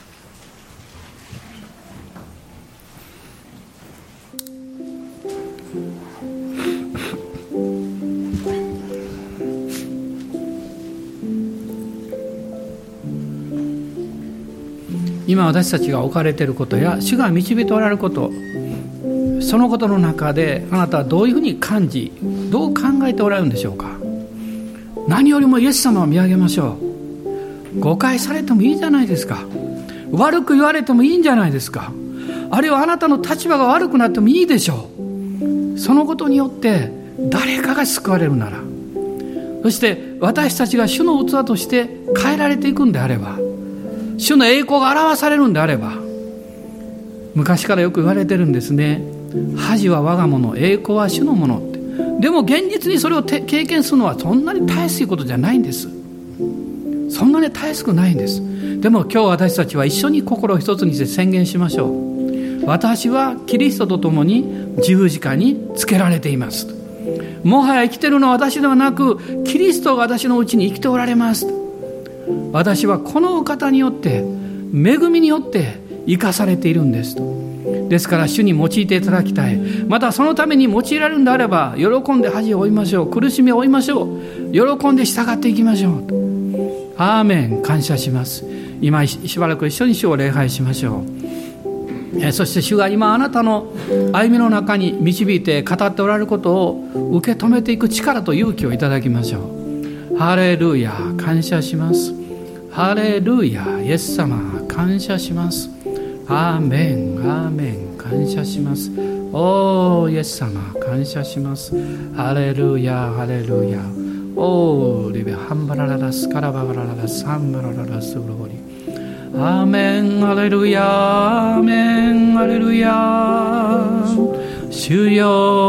今私たちが置かれていることや主が導いておられること、そのことの中であなたはどういうふうに感じ、どう考えておられるんでしょうか。何よりもイエス様を見上げましょう。誤解されてもいいじゃないですか。悪く言われてもいいんじゃないですか。あるいはあなたの立場が悪くなってもいいでしょう。そのことによって誰かが救われるなら、そして私たちが主の器として変えられていくんであれば、主の栄光が表されるんであれば、昔からよく言われてるんですね。恥は我が物、栄光は主のものって。でも現実にそれを経験するのはそんなに大すいことじゃないんです。そんなに大すくないんです。でも今日私たちは一緒に心を一つにして宣言しましょう。私はキリストと共に十字架につけられています。もはや生きているのは私ではなく、キリストが私のうちに生きておられます。私はこのお方によって、恵みによって生かされているんですと。ですから主に用いていただきたい。またそのために用いられるんであれば、喜んで恥を負いましょう。苦しみを負いましょう。喜んで従っていきましょうと。アーメン。感謝します。今しばらく一緒に主を礼拝しましょう。そして主が今あなたの歩みの中に導いて語っておられることを受け止めていく力と勇気をいただきましょう。ハレルヤ。感謝します。ハレルヤ。イエス様感謝します。アーメンアーメン。感謝します。おーイエス様感謝します。ハレルヤハレルヤ。おーリベハンバラララスカラバラララサンバラララスウロボリ。アーメンハレルヤアーメンハレルヤ。主よ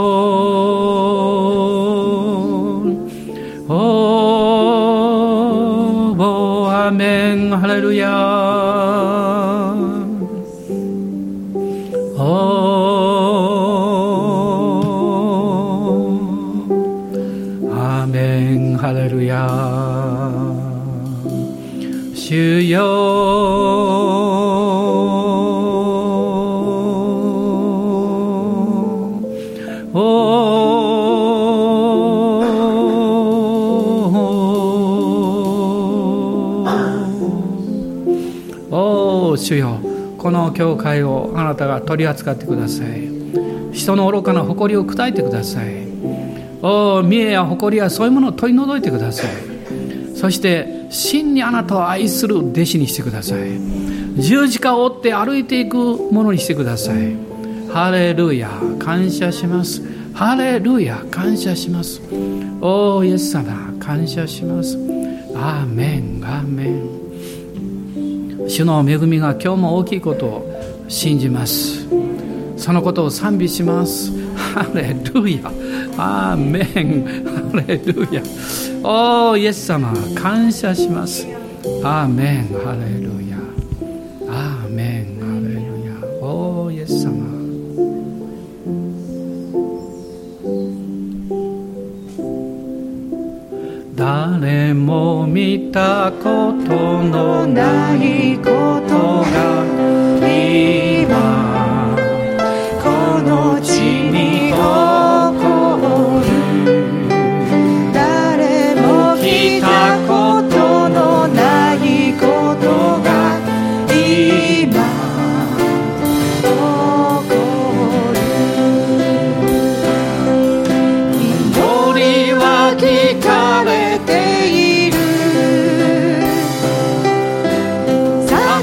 おーアーメンハレルヤ。ハレルヤ。主よ主よ、この教会をあなたが取り扱ってください。人の愚かな誇りを砕いてください。見栄や誇りやそういうものを取り除いてください。そして真にあなたを愛する弟子にしてください。十字架を追って歩いていくものにしてください。ハレルヤ感謝します。ハレルヤ感謝します。イエス様感謝します。アーメンアーメン。主の恵みが今日も大きいことを信じます。そのことを賛美します。ハレルヤアーメンハレルヤ。イエス様感謝します。アーメンハレルヤアーメンハレルヤ。イエス様誰も見たことのないことが今この地に起こる。誰も聞いたことのないことが今起こる。祈りは聞かれている。叫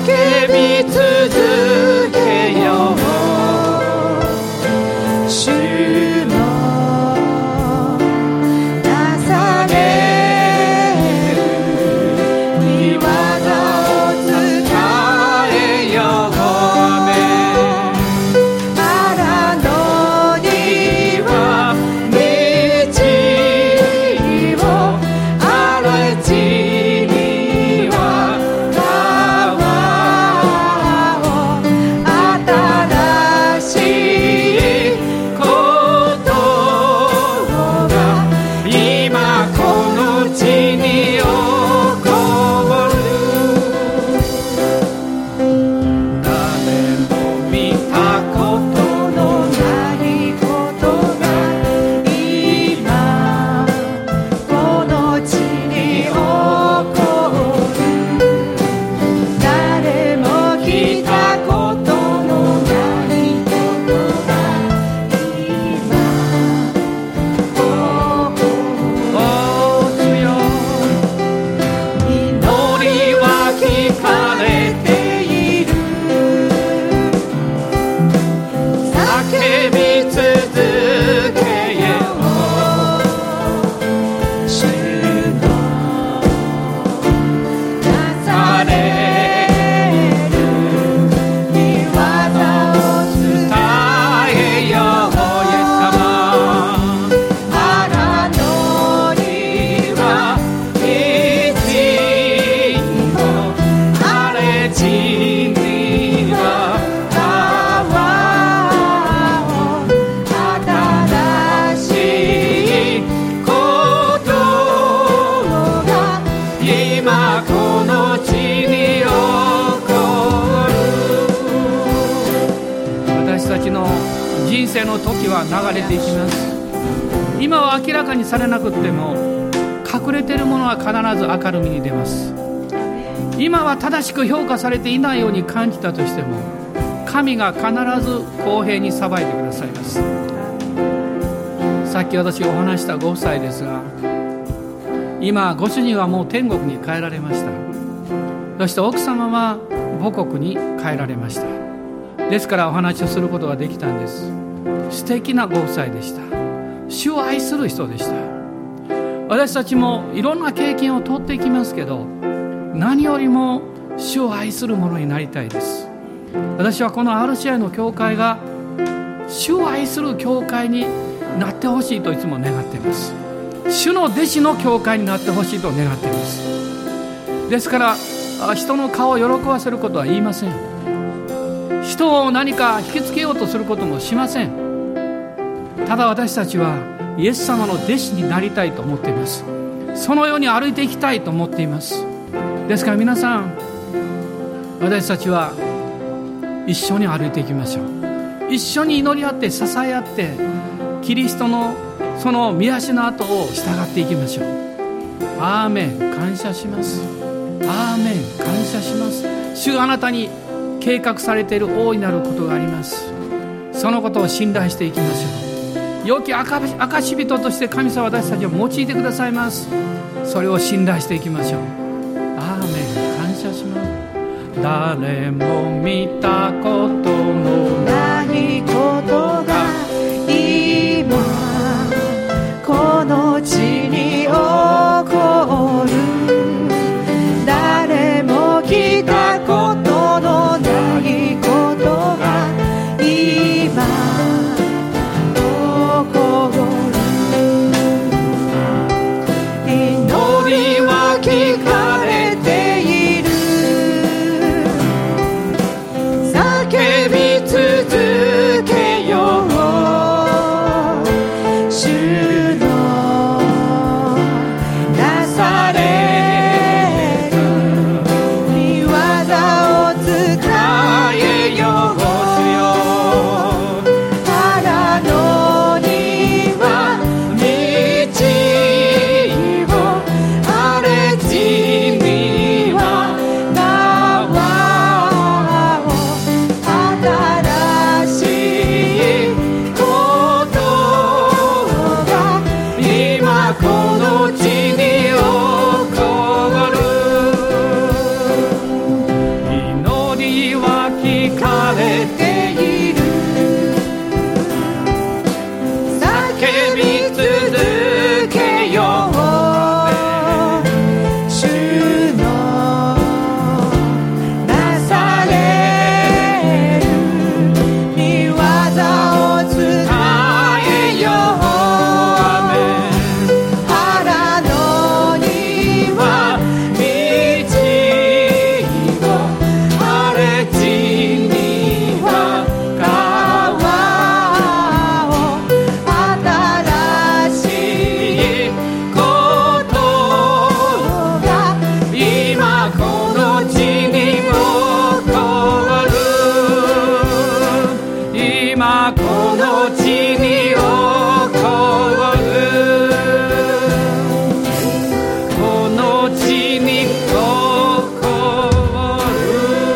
たちの人生の時は流れていきます。今は明らかにされなくっても隠れているものは必ず明るみに出ます。今は正しく評価されていないように感じたとしても、神が必ず公平に裁いてくださいます。さっき私お話したご夫妻ですが、今ご主人はもう天国に帰られました。そして奥様は母国に帰られました。ですからお話をすることができたんです。素敵なご夫妻でした。主を愛する人でした。私たちもいろんな経験を通っていきますけど、何よりも主を愛する者になりたいです。私はこの RCI の教会が主を愛する教会になってほしいといつも願っています。主の弟子の教会になってほしいと願っています。ですから人の顔を喜ばせることは言いません。人を何か引きつけようとすることもしません。ただ私たちはイエス様の弟子になりたいと思っています。そのように歩いていきたいと思っています。ですから皆さん、私たちは一緒に歩いていきましょう。一緒に祈り合って支え合ってキリストのその御足の後を従っていきましょう。アーメン。感謝します。アーメン。感謝します。主があなたに計画されている大いなることがあります。そのことを信頼していきましょう。良き証人として神様は私たちを用いてくださいます。それを信頼していきましょう。アーメン。感謝します。誰も見たことのないことが今この地に起こる。誰も聞いたことのないことが今起こる。祈りは聞かれている。叫び続けよう。主のなされる御業を伝えよう。主よ、腹の庭道を荒れ地には縄を新しいことが今この地に起こる。祈りは聞かれている。叫び続けよう。主のなされる御業を伝えよう。腹の庭道を荒れ地には川を新しいことが今この地に起こる。今この地に起こる。この地に起こる。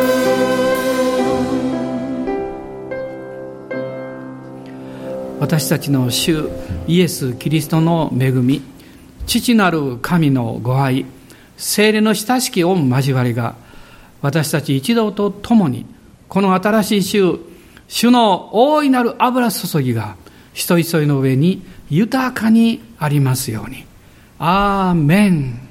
私たちの主イエス・キリストの恵み、父なる神のご愛、聖霊の親しき御交わりが私たち一同と共にこの新しい主の大いなる油注ぎが一人一人の上に豊かにありますように。アーメン。